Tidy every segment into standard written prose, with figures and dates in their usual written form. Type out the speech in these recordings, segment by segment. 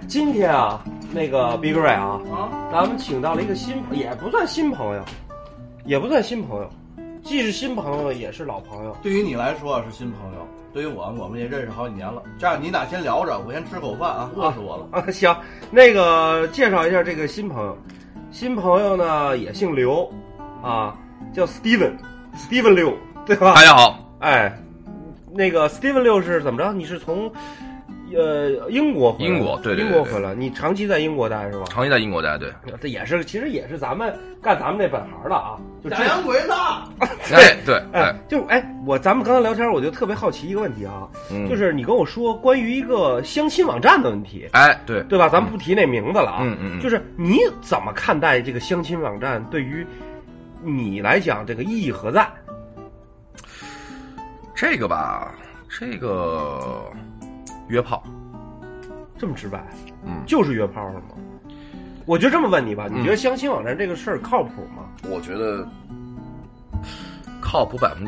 今天啊，那个 Big Ray 啊，咱们请到了一个也不算新朋友，既是新朋友也是老朋友。 对于你来说是新朋友，对于我们也认识好几年了。这样你俩先聊着，我先吃口饭啊，饿死我了啊。行，那个介绍一下这个新朋友，新朋友呢也姓刘啊，叫 Steven 刘，对吧？ 大家好， 哎，那个 Steven 刘是怎么着？你是从英国回来？ 英国对， 英国回来，你长期在英国待是吧？ 长期在英国待，对。 这也是，其实也是咱们干咱们这本行的啊，就假洋鬼子。 对， 咱们刚才聊天，我就特别好奇一个问题啊，就是你跟我说关于一个相亲网站的问题， 对吧？咱们不提那名字了啊， 就是你怎么看待这个相亲网站对于你来讲这个意义何在？ 这个约炮， 这么直白，就是约炮是吗？我就这么问你吧，你觉得相亲网站这个事儿靠谱吗？ 我觉得靠谱占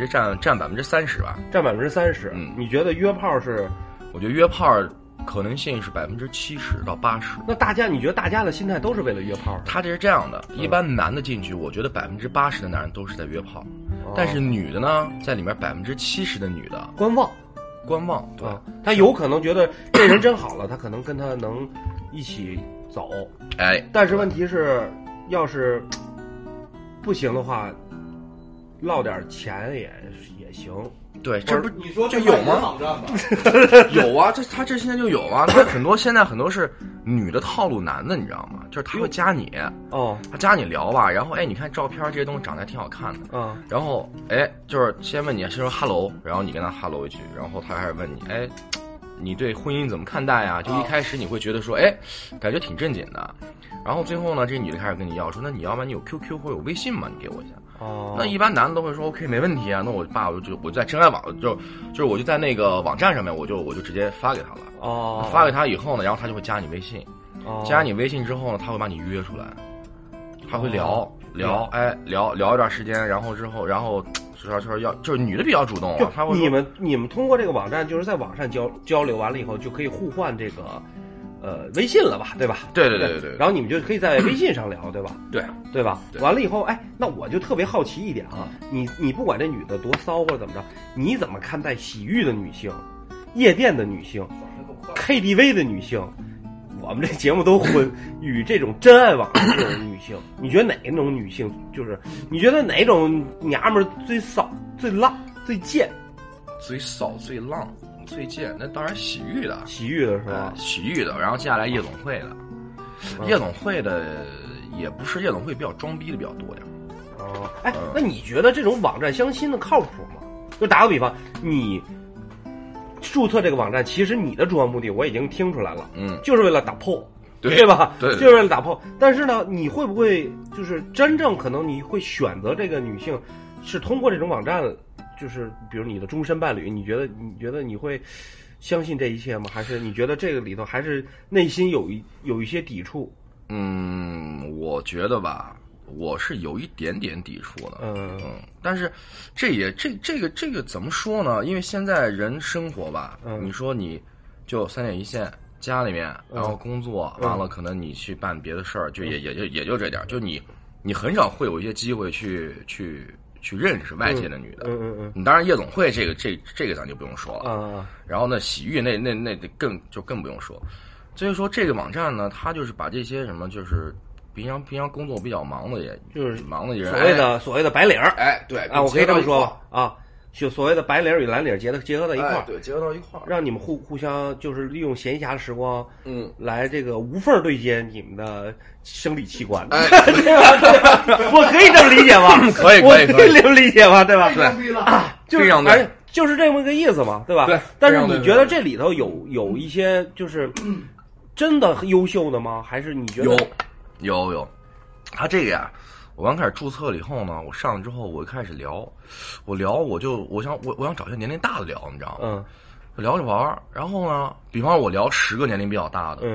30%吧， 占30%。你觉得约炮是？ 我觉得约炮可能性是70%到80%。 那你觉得大家的心态都是为了约炮？ 他这是这样的，一般男的进去，我觉得80%的男人都是在约炮，但是女的呢，在里面70%的女的观望， 对， 他有可能觉得这人真好了，他可能跟他能一起走，但是问题是，要是不行的话，落点钱也行。 对，这不你说这有吗？有啊，他这现在就有啊。他现在很多是女的套路男的，你知道吗？就是他会加你他加你聊吧，然后你看照片这些东西长得还挺好看的，然后就是先问你先说 hello， 然后你跟他 hello 一句，然后他开始问你你对婚姻怎么看待啊？就一开始你会觉得说感觉挺正经的，然后最后呢，这女的开始跟你要说，那你要不然你有 QQ 或者有微信吗？你给我一下。那一般男的都会说 OK 没问题啊，那我就在真爱网就是我就在那个网站上面我就直接发给他了。发给他以后呢，然后他就会加你微信。加你微信之后呢，他会把你约出来，他会聊一段时间，然后说就是女的比较主动啊，他会你们通过这个网站就是在网上交流完了以后就可以互换这个微信了吧，对吧？ 对。 然后你们就可以在微信上聊，对吧？对吧？ 对。 完了以后，那我就特别好奇一点啊，你不管这女的多骚或者怎么着，你怎么看待洗浴的女性、夜店的女性、KTV 的女性？我们这节目都混与这种真爱网的这种女性，你觉得哪一种女性就是你觉得哪种娘们儿最骚、最浪、最贱？ 最骚、最浪、最贱，那当然洗浴的是吧？ 洗浴的，然后接下来夜总会的，夜总会的也不是夜总会比较装逼的比较多呀。 那你觉得这种网站相亲的靠谱吗？就打个比方，你注册这个网站，其实你的主要目的我已经听出来了，就是为了打炮，对吧？ 对， 就是为了打炮。但是呢，你会不会就是真正可能你会选择这个女性，是通过这种网站，就是比如你的终身伴侣，你觉得你会相信这一切吗？还是你觉得这个里头还是内心有一些抵触？ 我觉得吧，我是有一点点抵触的，但是这个怎么说呢？因为现在人生活吧，你说你就3点一线，家里面，然后工作，完了可能你去办别的事儿，就也就这点，就你很少会有一些机会去认识外界的女的，你当然夜总会这个咱就不用说了，然后呢洗浴那更不用说，所以说这个网站呢，它就是把这些什么就是平常工作比较忙的就是忙的人， 所谓的白领儿， 对啊，我可以这么说啊，就所谓的白领与蓝领结合到一块儿， 对，结合到一块儿， 让你们互相就是利用闲暇的时光，来这个无缝对接你们的生理器官，对吧？我可以这么理解吗？ 可以这么理解吗？对吧？ 对， 就是这么个意思嘛，对吧？ 对。 但是你觉得这里头有一些就是真的优秀的吗？还是你觉得有？他这个呀。我刚开始注册了以后呢，我上了之后，我开始聊，我想找些年龄大的聊，你知道吗？聊着玩，然后呢，比方说我聊10个年龄比较大的，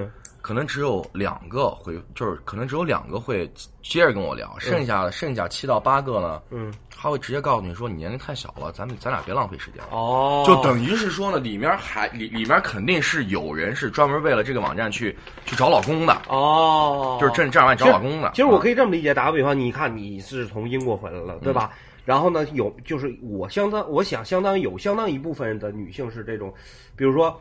可能只有2个会，就是可能只有2个会接着跟我聊，剩下7到8个呢，他会直接告诉你说你年龄太小了，咱俩别浪费时间了。 哦， 就等于是说呢，里面肯定是有人是专门为了这个网站去找老公的。 哦， 就是正儿八经找老公的。 其实我可以这么理解，打个比方，你看你是从英国回来了，对吧？然后呢，就是我想相当一部分的女性是这种，比如说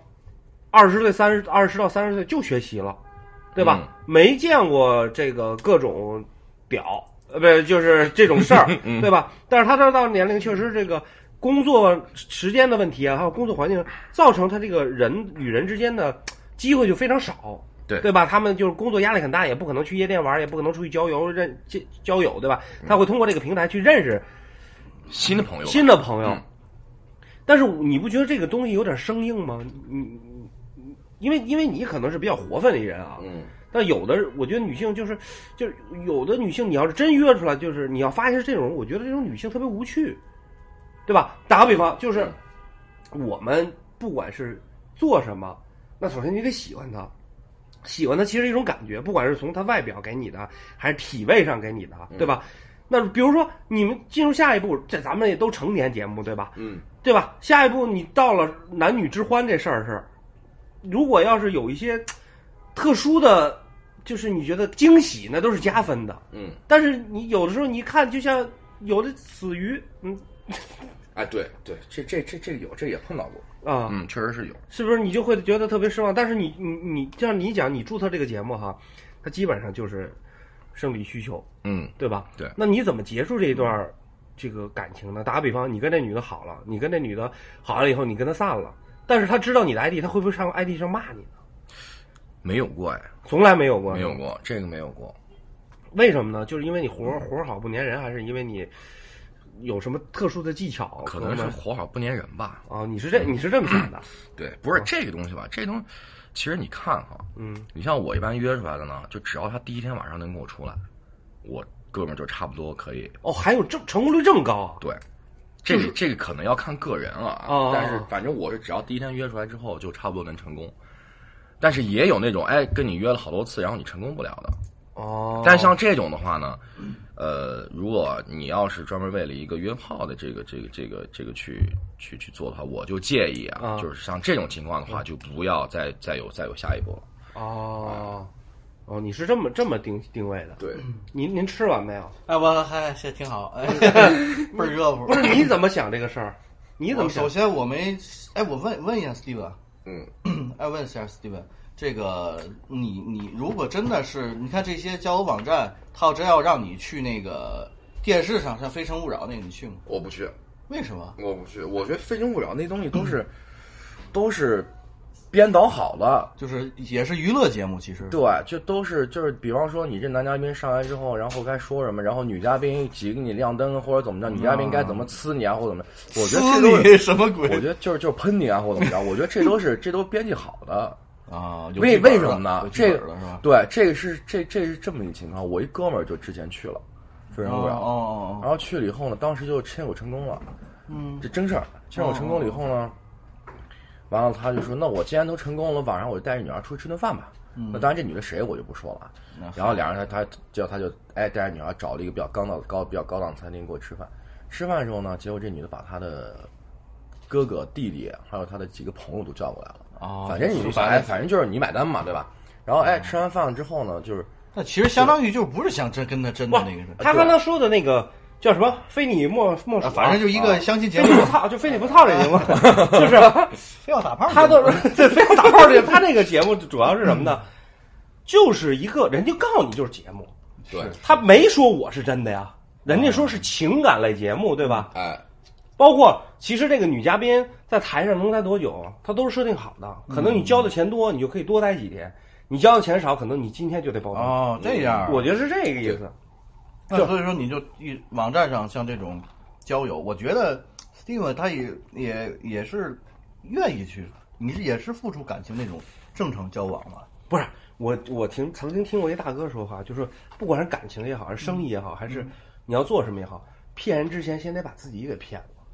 20到30岁就学习了，对吧？没见过这个各种屌，不就是这种事儿，对吧？但是他这到年龄确实这个工作时间的问题啊，还有工作环境，造成他这个人与人之间的机会就非常少。对吧？他们就是工作压力很大，也不可能去夜店玩，也不可能出去交友，对吧？他会通过这个平台去认识新的朋友。 但是你不觉得这个东西有点生硬吗？因为你可能是比较活泛的人啊，但有的我觉得女性就是有的女性，你要是真约出来，就是你要发现这种，我觉得这种女性特别无趣，对吧？打个比方，就是我们不管是做什么，那首先你得喜欢她。喜欢的其实是一种感觉，不管是从他外表给你的，还是体味上给你的，对吧？那比如说你们进入下一步，这咱们也都成年节目，对吧？对吧？下一步你到了男女之欢这事儿是，如果要是有一些特殊的，就是你觉得惊喜，那都是加分的。但是你有的时候你看，就像有的死鱼， 哎，对，这有，这也碰到过。确实是有， 是不是你就会觉得特别失望？但是你就像你讲，你注册这个节目哈，它基本上就是生理需求，对吧？ 对。 那你怎么结束这一段这个感情呢？打个比方，你跟这女的好了，你跟这女的好了以后，你跟她散了，但是她知道你的 ID， 她会不会上 ID 上骂你呢？ 没有过哎， 从来没有过， 这个没有过。 为什么呢？就是因为你活好不粘人，还是因为你有什么特殊的技巧？ 可能是活好不粘人吧。 你是这么想的？ 对，不是这个东西吧？这东西其实你看哈，你像我一般约出来的呢，就只要他第一天晚上能跟我出来，我哥们儿就差不多可以。 还有成功率这么高啊？ 对，这个可能要看个人啊。但是反正我是只要第一天约出来之后，就差不多能成功。但是也有那种跟你约了好多次，然后你成功不了的。但像这种的话呢，如果你要是专门为了一个约炮的这个去做的话，我就建议就是像这种情况的话，就不要再有下一步了。 你是这么定位的？ 对。 您吃完没有？ 我还挺好，倍儿热乎。 不是你怎么想这个事儿？你怎么想？ 首先我没，我问一下 Steven，问一下 Steven。这个你如果真的是，你看这些交友网站，他要真要让你去那个电视上像《非诚勿扰》那个，你去吗？ 我不去。 为什么？ 我不去。我觉得《非诚勿扰》那东西都是编导好的， 就是也是娱乐节目，其实对，就是比方说你这男嘉宾上来之后，然后该说什么，然后女嘉宾几个你亮灯或者怎么着，女嘉宾该怎么呲你啊，或者怎么，我觉得这都是什么鬼？ 我觉得就是喷你啊，或者怎么着，我觉得这都编辑好的。 为什么呢？这个对，这是这么一个情况。我一哥们儿就之前去了非诚勿扰，然后去了以后呢，当时就牵手成功了。这真事儿，牵手成功了以后呢，完了他就说，那我既然都成功了，晚上我就带着女儿出去吃顿饭吧。那当然这女的谁我就不说了。然后两人他就带着女儿找了一个比较高档餐厅给我吃饭。吃饭的时候呢，结果这女的把她的哥哥弟弟还有她的几个朋友都叫过来了。反正就是你买单嘛，对吧？然后吃完饭了之后呢，就是那其实相当于就不是想跟他真的那个。 他刚才说的那个叫什么？非你莫属， 反正就一个相亲节目。 非你不操，就非你不操这节目，就是非要打炮。 他都对非要打炮这，他这个节目主要是什么呢？就是一个人就告诉你就是节目， 对， 他没说我是真的呀，人家说是情感类节目，对吧？包括其实这个女嘉宾在台上能待多久，她都是设定好的。可能你交的钱多，你就可以多待几天；你交的钱少，可能你今天就得报名。 这样， 我觉得是这个意思。 那所以说，你就网站上像这种交友，我觉得 Steven 他也是愿意去，你也是付出感情那种正常交往嘛？ 不是，我曾经听过一大哥说话，就是不管是感情也好，还是生意也好，还是你要做什么也好，骗人之前先得把自己给骗了。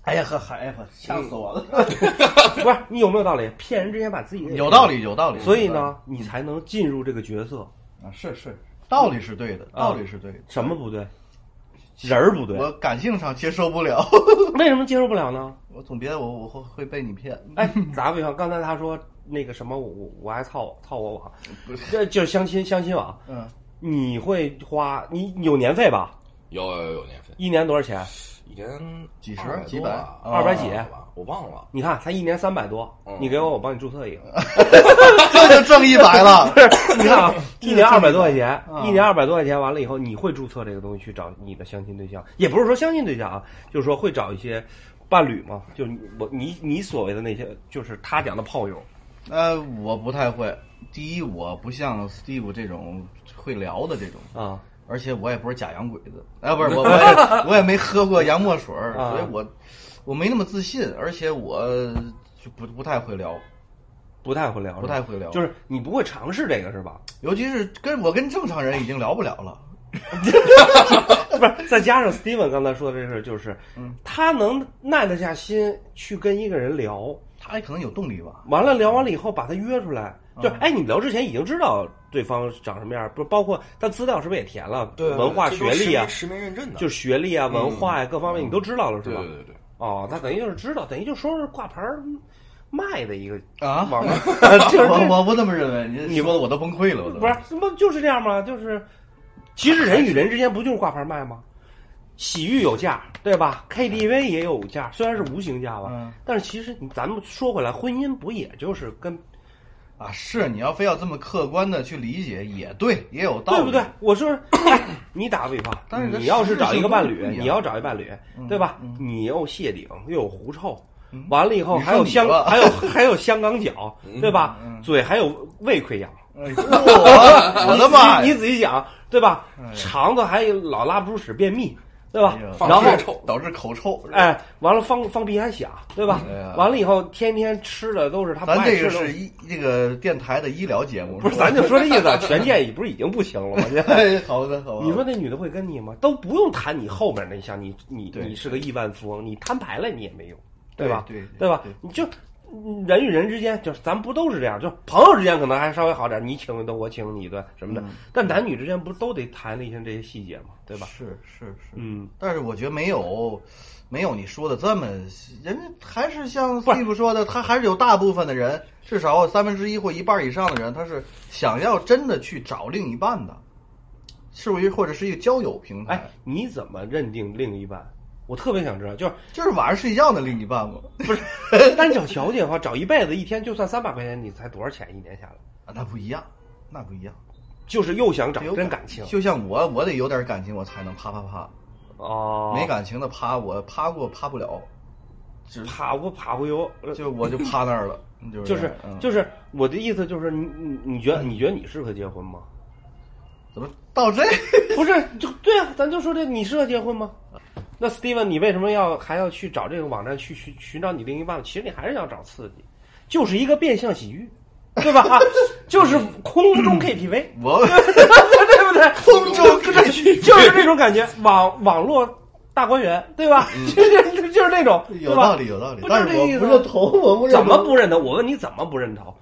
哎呀呵，吓死我了！ 不是你有没有道理？骗人之前把自己有道理，有道理。 所以呢，你才能进入这个角色啊。是，道理是对的，道理是对的。 什么不对？人儿不对。 我感性上接受不了。 为什么接受不了呢？ 我总觉得我会被你骗。 哎，打个比方，刚才他说那个什么，我爱操我网，这就是相亲网。你会花你有年费吧？ 有年费。 一年多少钱？ 一年几十几百 ，200几， 我忘了。 你看他一年300多，你给我帮你注册一个， 这就挣100了。 你看啊，一年200多块钱，一年200多块钱，完了以后你会注册这个东西去找你的相亲对象，也不是说相亲对象啊，就是说会找一些伴侣嘛，就你所谓的那些，就是他讲的炮友。 我不太会。第一，我不像 Steve 这种会聊的这种啊。而且我也不是假洋鬼子，不是我也没喝过洋墨水，所以我没那么自信，而且我就不太会聊， 不太会聊，就是你不会尝试这个是吧？ 尤其是跟正常人已经聊不了了， 不是再加上 Steven 刚才说的这事，就是他能耐得下心去跟一个人聊， 他也可能有动力吧。 完了聊完了以后把他约出来。就你聊之前已经知道对方长什么样，不包括他资料是不是也填了？ 对， 文化、学历啊， 实名认证的， 就是学历啊、文化呀各方面你都知道了是吧？ 对。 哦，他等于就是知道，等于就说是挂牌卖的一个啊网站。 我不这么认为，你说的我都崩溃了。 不是，什么就是这样吗？就是其实人与人之间不就是挂牌卖吗？洗浴有价，对吧 ？KTV 也有价，虽然是无形价吧，但是其实咱们说回来，婚姻不也就是跟。 是你要非要这么客观的去理解，也对，也有道理， 对不对？我说，你打个比方，你要是找一个伴侣，你要找一伴侣，对吧？你又谢顶又有狐臭，完了以后还有还有香港脚，对吧？嘴还有胃溃疡， 我的妈！ 你仔细想，对吧？肠子还老拉不出屎，便秘。对吧？然后导致口臭， 完了放屁还响，对吧？完了以后天天吃的都是他不爱吃的。 咱这个是这个电台的医疗节目， 不是？咱就说这意思，权健不是已经不行了吗？ 好的。 你说那女的会跟你吗？都不用谈你后边那项，你是个亿万富翁，你摊牌了你也没用，对吧？对吧？你就。人与人之间，就是咱们不都是这样？就朋友之间可能还稍微好点，你请一顿，我请你一顿什么的。但男女之间不都得谈那些这些细节吗？对吧？ 是。但是我觉得没有你说的这么，人家还是像 Steve 说的，他还是有大部分的人，至少1/3或1半以上的人，他是想要真的去找另一半的，是不是？或者是一个交友平台？ 你怎么认定另一半？我特别想知道， 就是晚上睡觉的另一半吗？ 不是，单找条件的话，找一辈子，一天就算300块钱，你才多少钱一年下来？ 那不一样， 就是又想找真感情， 就像我得有点感情，我才能啪。 哦， 没感情的啪，我啪过啪不了， 啪过油， 我就趴那儿了。 就是我的意思就是你觉得你适合结婚吗？ 怎么到这？ 不是，就对啊，咱就说这你适合结婚吗？那 Steven， 你为什么还要去找这个网站去寻找你另一半？其实你还是要找刺激，就是一个变相洗浴，对吧？就是空中 KTV， 对不对？ 空中 KTV 就是这种感觉，网络大观园，对吧？就是那种， 有道理。但是我不认同，我不认同。 怎么不认同？我问你怎么不认同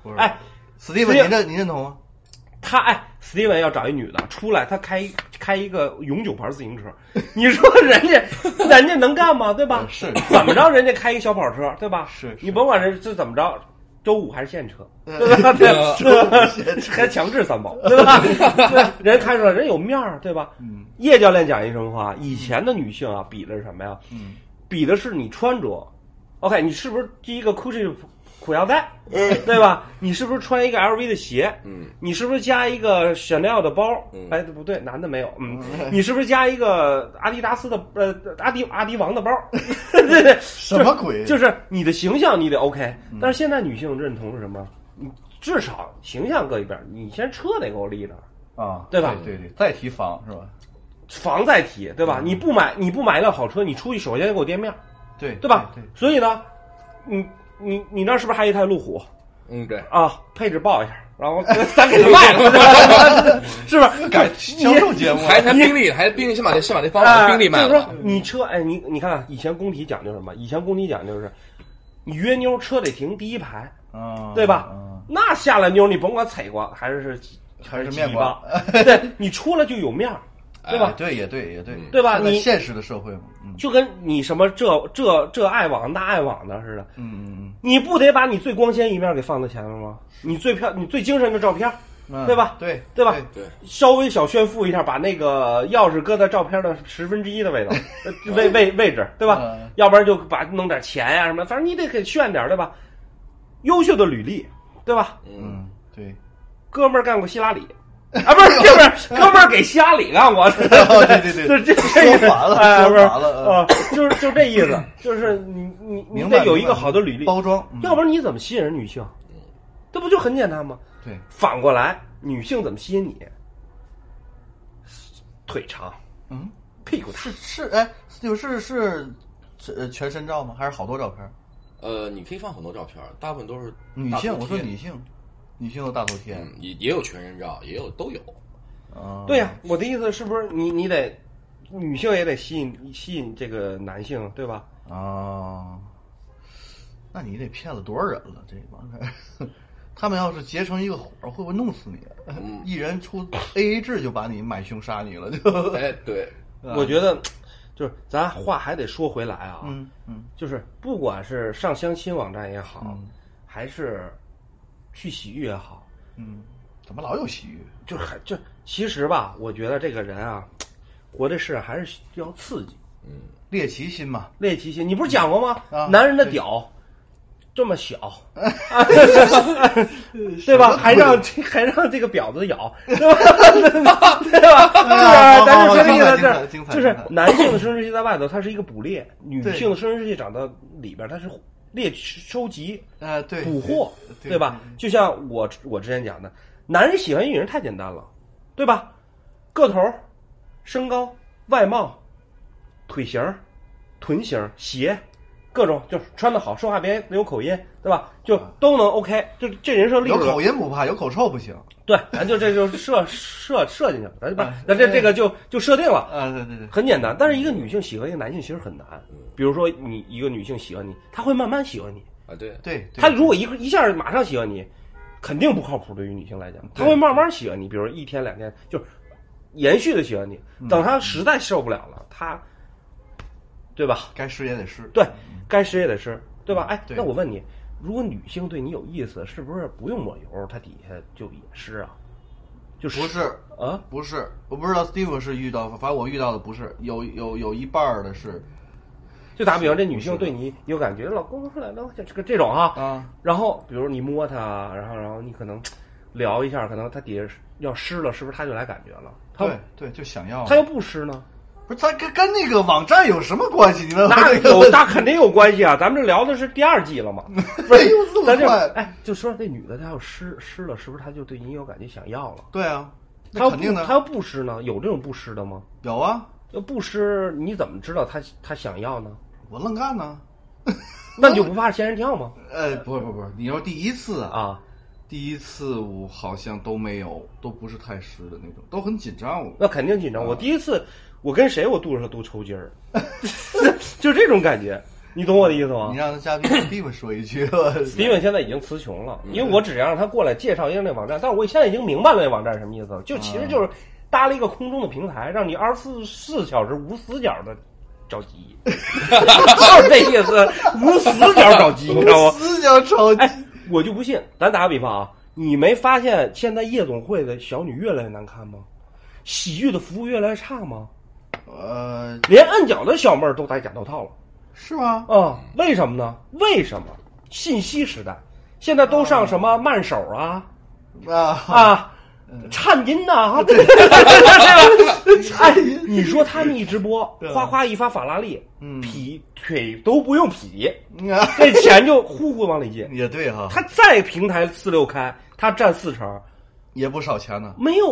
？Steven，你认同吗？ Steven 要找一女的出来，他开一个永久牌自行车，你说人家能干吗？对吧？ 是怎么着？人家开一小跑车，对吧？ 是你甭管是怎么着，周5还是现车，对吧？对，还强制3包，对吧？人开出来，人有面儿，对吧？叶教练讲一什么话？以前的女性啊，比的是什么呀？比的是你穿着。OK， 你是不是第一个 Gucci 裤腰带，对吧？你是不是穿一个 LV 的鞋？你是不是加一个 Chanel 的包？不对，男的没有。你是不是加一个阿迪达斯的阿迪王的包？对， 什么鬼？ 就是你的形象你得 OK，但是现在女性认同是什么？你至少形象搁一边，你先车得给我立着啊， 对吧？ 对，再提房是吧？ 房再提，对吧？你不买一辆好车，你出去首先得给我店面， 对吧？ 对， 所以呢，你那是不是还一台路虎？ 对啊，配置报一下，然后咱给他卖了，是不是？ 改销售节目， 还宾利，先把这方法宾利卖了。 就是说你车，你看以前工体讲究什么？以前工体讲究是，你约妞车得停第一排，对吧？那下来妞你甭管踩过还是面瓜， 对你出来就有面儿。对吧？ 对，也对， 对吧？你现实的社会嘛， 就跟你什么这爱网那爱网的似的，你不得把你最光鲜一面给放在前面吗？你最精神的照片，对吧？ 对吧？ 对， 稍微小炫富一下，把那个钥匙搁在照片的1/10的位置，位置，对吧？要不然就弄点钱呀什么，反正你得给炫点，对吧？优秀的履历，对吧？ 对， 哥们儿干过希拉里。啊，不是，哥们儿给希拉里干过，对，就这说反了， 哎， 不是啊， 就这意思，就是你得有一个好的履历包装， 要不然你怎么吸引人女性？这不就很简单吗？ 对， 反过来，女性怎么吸引你？腿长，屁股大， 是全身照吗？还是好多照片？ 你可以放很多照片，大部分都是女性。我说女性的大头贴， 也有全身照，都有。 对呀，我的意思是不是你得女性也得吸引这个男性，对吧？ 那你得骗了多少人了？这帮人，他们要是结成一个伙，会不会弄死你？一人出 AA 制就把你买凶杀你了，就对。 我觉得就是咱话还得说回来啊，就是不管是上相亲网站也好，还是去洗浴也好， 怎么老有洗浴？ 就其实吧，我觉得这个人啊，活这世还是要刺激， 猎奇心嘛， 猎奇心。你不是讲过吗？男人的屌这么小，对吧？还让这个婊子咬，对吧？对吧？咱就说这意思，就是男性的生殖器在外头，它是一个捕猎；女性的生殖器长到里边，它是猎收集， 对， 捕获，对吧？就像我之前讲的，男人喜欢一女人太简单了，对吧？个头、身高、外貌、腿型、臀型、鞋。各种就是穿得好，说话别有口音，对吧？就都能 OK，就这人设立有口音不怕，有口臭不行。 对，咱就这就设进去了，咱就把咱这个就设定了对， 很简单。但是一个女性喜欢一个男性其实很难，比如说你一个女性喜欢你，她会慢慢喜欢你啊， 对， 她如果一下马上喜欢你，肯定不靠谱。对于女性来讲，她会慢慢喜欢你，比如1天2天，就是延续的喜欢你。等她实在受不了了，她。对吧？ 该湿也得湿， 对，该湿也得湿，对吧？哎，那我问你，如果女性对你有意思，是不是不用抹油，她底下就也湿啊？就是不是啊？不是，我不知道 Steven 是遇到，反正我遇到的不是，有一半的是。 就打比方，这女性对你有感觉，老公来了，这种哈，然后比如你摸她，然后你可能聊一下，可能她底下要湿了，是不是她就来感觉了？ 对，就想要。 她要不湿呢？ 不是，咱跟那个网站有什么关系？你们那肯定有关系啊！咱们这聊的是第2季了嘛？ 不是， 咱就说那女的她要湿了，是不是她就对你有感觉想要了？ 对啊， 她肯定的。 她要不湿呢？有这种不湿的吗？ 有啊， 要不湿你怎么知道她想要呢？ 我愣干呢， 那你就不怕仙人跳吗？ 不是，你要第一次啊。第一次我好像都没有，都不是太湿的那种，都很紧张。 那肯定紧张。我第一次，我跟谁我肚子上都抽筋儿，就这种感觉，你懂我的意思吗？ 你让嘉宾 Steven 说一句吧。 Steven 现在已经词穷了，因为我只让他过来介绍一下那网站，但是我现在已经明白了那网站什么意思了，就其实就是搭了一个空中的平台，让你24小时无死角的找鸡，就是这意思，无死角找鸡，你知道吗？ 无死角找鸡。 我就不信，咱打个比方啊，你没发现现在夜总会的小女越来越难看吗？洗浴的服务越来越差吗？连按脚的小妹儿都戴假头套了， 是吗？ 为什么呢？为什么？信息时代，现在都上什么慢手颤音呐，对吧？哎，你说他们一直播，夸一发法拉利，劈腿都不用劈，这钱就呼呼往里进。 也对哈， 他再平台4、6开，他占40%， 也不少钱呢。 没有，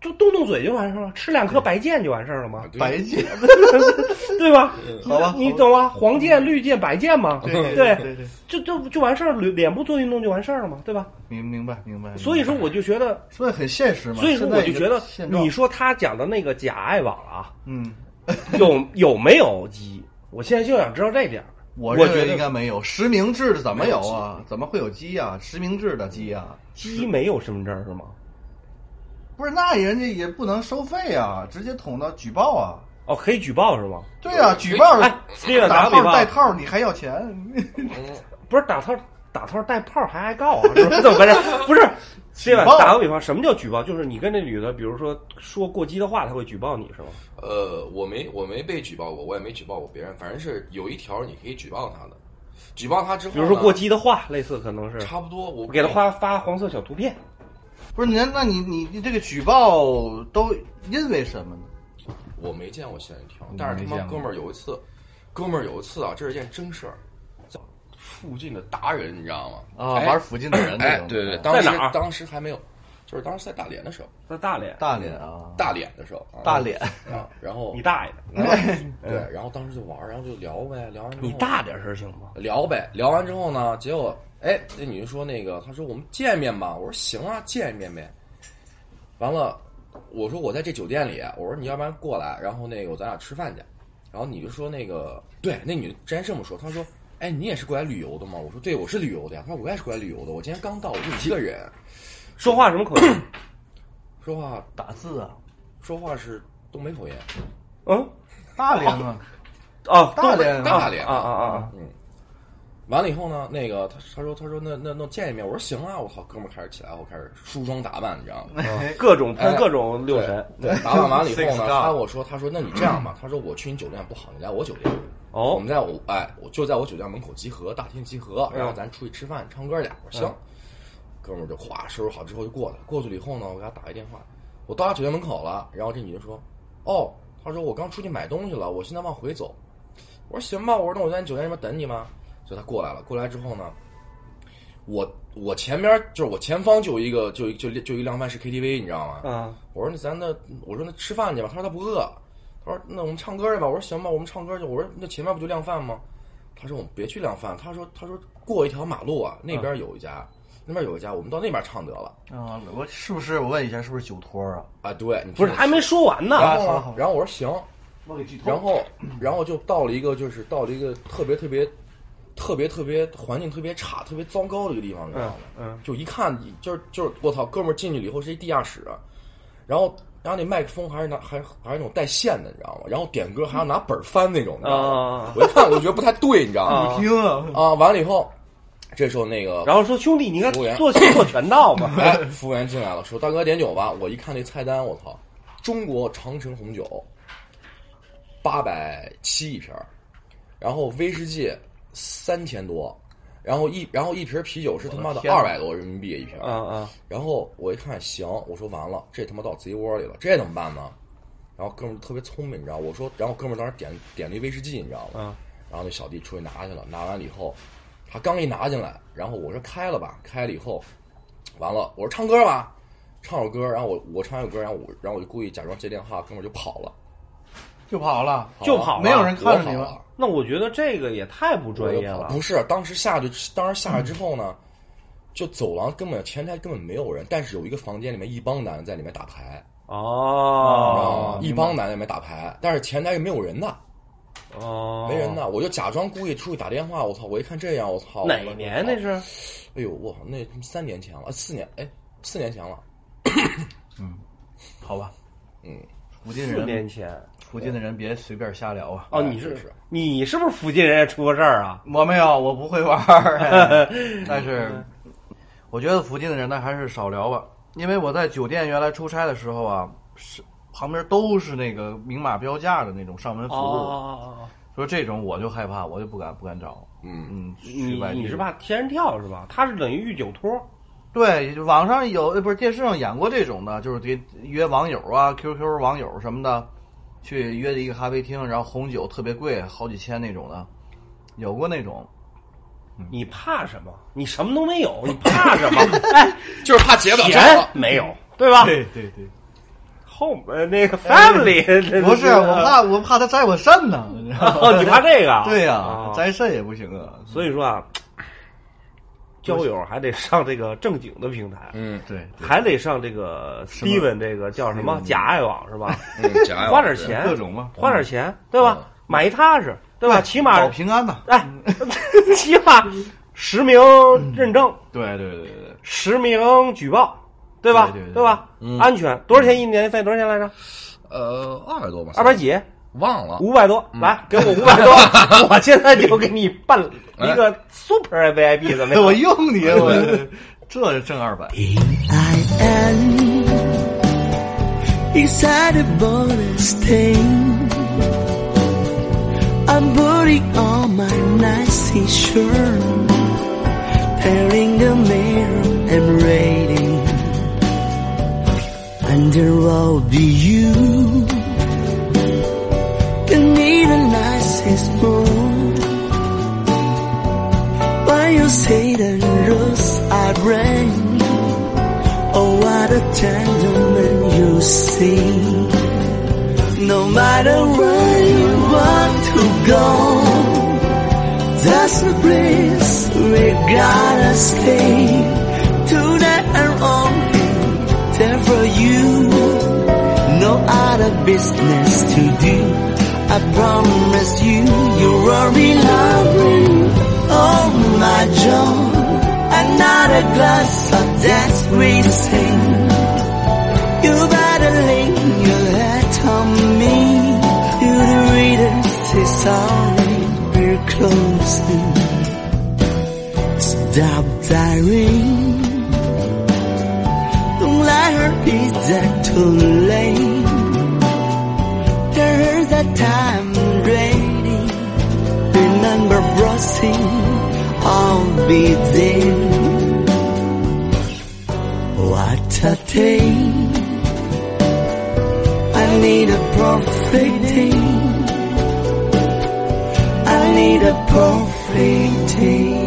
就动动嘴就完事儿了，吃2颗白箭就完事儿了吗？ 白箭， 对吧？ 好吧， 你懂吗？黄箭、绿箭、白箭嘛， 对， 就完事儿，脸部做运动就完事儿了嘛，对吧？ 明白。 所以说，我就觉得， 所以很现实嘛。 所以说，我就觉得，你说他讲的那个假爱网啊，有没有鸡？我现在就想知道这点。 我认为应该没有实名制的，怎么有啊？怎么会有鸡啊？实名制的鸡啊？ 鸡没有身份证是吗？ 不是，那人家也不能收费啊，直接捅到举报啊！ 哦，可以举报是吗？ 对啊，举报。 哎， 打套带套，你还要钱？ 不是打套带炮还挨告啊？是不是？怎么回事？不是，对吧？打个比方，什么叫举报？就是你跟这女的，比如说过激的话，她会举报你是吗？ 我没被举报过，我也没举报过别人，反正是有一条你可以举报他的。举报他之后， 比如说过激的话，类似可能是差不多。我给他发黄色小图片。 不是那你这个举报都因为什么呢？ 我没见过限一条，但是他妈哥们儿有一次啊，这是件真事儿，附近的达人你知道吗？ 啊，玩附近的人那种。 对，当时还没有，就是当时在大连的时候， 在大连啊， 大连的时候， 大连啊，然后你大爷， 对，然后当时就玩，然后就聊呗，聊完之后你大点声行吗？ 聊呗，聊完之后呢，结果那女的说她说我们见面吧，我说行啊，见面呗。完了，我说我在这酒店里，我说你要不然过来，然后咱俩吃饭去。然后你就说对，那女的之前这么说，她说你也是过来旅游的吗？我说对，我是旅游的呀。她说我也是过来旅游的，我今天刚到，我就一个人。 说话什么口音？ 说话打字啊， 说话是东北口音。 大连啊， 大连啊。 完了以后呢，他说那见一面，我说行啊，我操，哥们儿开始起来，我开始梳妆打扮，你知道吗？ 各种喷各种六神。 对，打扮完了以后呢，他说那你这样吧，他说我去你酒店不好，你来我酒店。我们我就在我酒店门口集合，大厅集合，然后咱出去吃饭唱歌去。我说行，哥们儿就收拾好之后就过去了以后呢，我给他打一电话，我到他酒店门口了，然后这女的说他说我刚出去买东西了，我现在往回走。我说行吧，我说那我在你酒店这边等你吗？所以他过来了，过来之后呢，我前边就是我前方就一个量贩式 KTV， 你知道吗？我说那吃饭去吧。他说他不饿，他说那我们唱歌去吧。我说行吧，我们唱歌去。我说那前面不就量贩吗？他说我们别去量贩，他说过一条马路啊，那边有一家，我们到那边唱得了。 我是不是我问一下，是不是酒托啊？ 啊，对， 不是还没说完呢。 然后我说行，然后就到了一个特别环境特别差、特别糟糕的一个地方，你知道吗？就一看就是我操，哥们儿进去了以后是一地下室，然后那麦克风还是那种带线的，你知道吗？然后点歌还要拿本翻那种，你知道吗？我一看我觉得不太对，你知道吗？ 不听啊！完了以后，这时候然后说兄弟，你应该做全道嘛。 服务员进来了，说大哥点酒吧。我一看那菜单，我操，中国长城红酒870一瓶，然后威士忌3000多，然后一瓶啤酒是他妈的200多人民币一瓶。然后我一看行，我说完了，这他妈到贼窝里了，这怎么办呢？然后哥们儿特别聪明，你知道，我说，然后哥们儿当时点了一威士忌，你知道吗？然后那小弟出去拿去了，拿完了以后，他刚一拿进来，然后我说开了吧，开了以后，完了，我说唱歌吧，唱首歌，然后我唱一首歌，然后我就故意假装接电话，哥们儿就跑了。 就跑了， 没有人看着你了。 那我觉得这个也太不专业了。 不是，当时下去之后呢，就走廊前台根本没有人，但是有一个房间里面一帮男的在里面打牌。一帮男的在里面打牌，但是前台是没有人的。没人的，我就假装故意出去打电话。我操！我一看这样，我操！ 哪年那是？ 哎呦，我操！那3年前了，4年前了。 好吧。附近 4年前。 附近的人别随便瞎聊啊！ 你是不是附近人也出过事儿啊？ 我没有，我不会玩但是我觉得附近的人呢还是少聊吧，因为我在酒店原来出差的时候啊，旁边都是那个明码标价的那种上门服务，所以这种我就害怕，我就不敢找。 你是怕贴人跳是吧？他是等于遇酒托。 对，网上有不是电视上演过这种的，就是给约网友啊 ，QQ 网友什么的。去约的一个咖啡厅，然后红酒特别贵，好几千那种的，有过那种。 你怕什么？你什么都没有，你怕什么？ 就是怕结不了钱没有，对吧？ 对。 home 那个 family， 不是我怕他摘我肾呢。 哦，你怕这个？ 对呀，摘肾也不行啊。 所以说啊，交友还得上这个正经的平台， 对， 还得上这个 Steven 这个叫什么假爱网是吧？ 假爱网花点钱， 各种嘛， 花点钱，对吧？买一踏实，对吧？起码保平安呐， 哎，起码实名认证， 对， 实名举报，对吧？对吧？安全，多少钱一年费？多少钱来着 ？200多吧 ，200几？ 忘了 ，500多，来给我500多，我现在就给你办一个 Super VIP，怎么样？ 我用你，我这挣200。 I'm putting on my nice shirt, staring the mirror and waiting. And there will be you. Can be the nicest mood. When you say the rose are rain, oh what a gentleman you see. No matter where you want to go, that's the place we're gonna stay. Tonight I'm only there for you. No other business to do. I promise you, you will be lovely. Oh my John, another glass of that sweet thing. You better lay your head on me. You the reader, say sorry, we're closing. Stop tiring. Don't let her be there too late. There's that time ready. Remember brushing, I'll be there. What a day. I need a perfect day. I need a perfect day.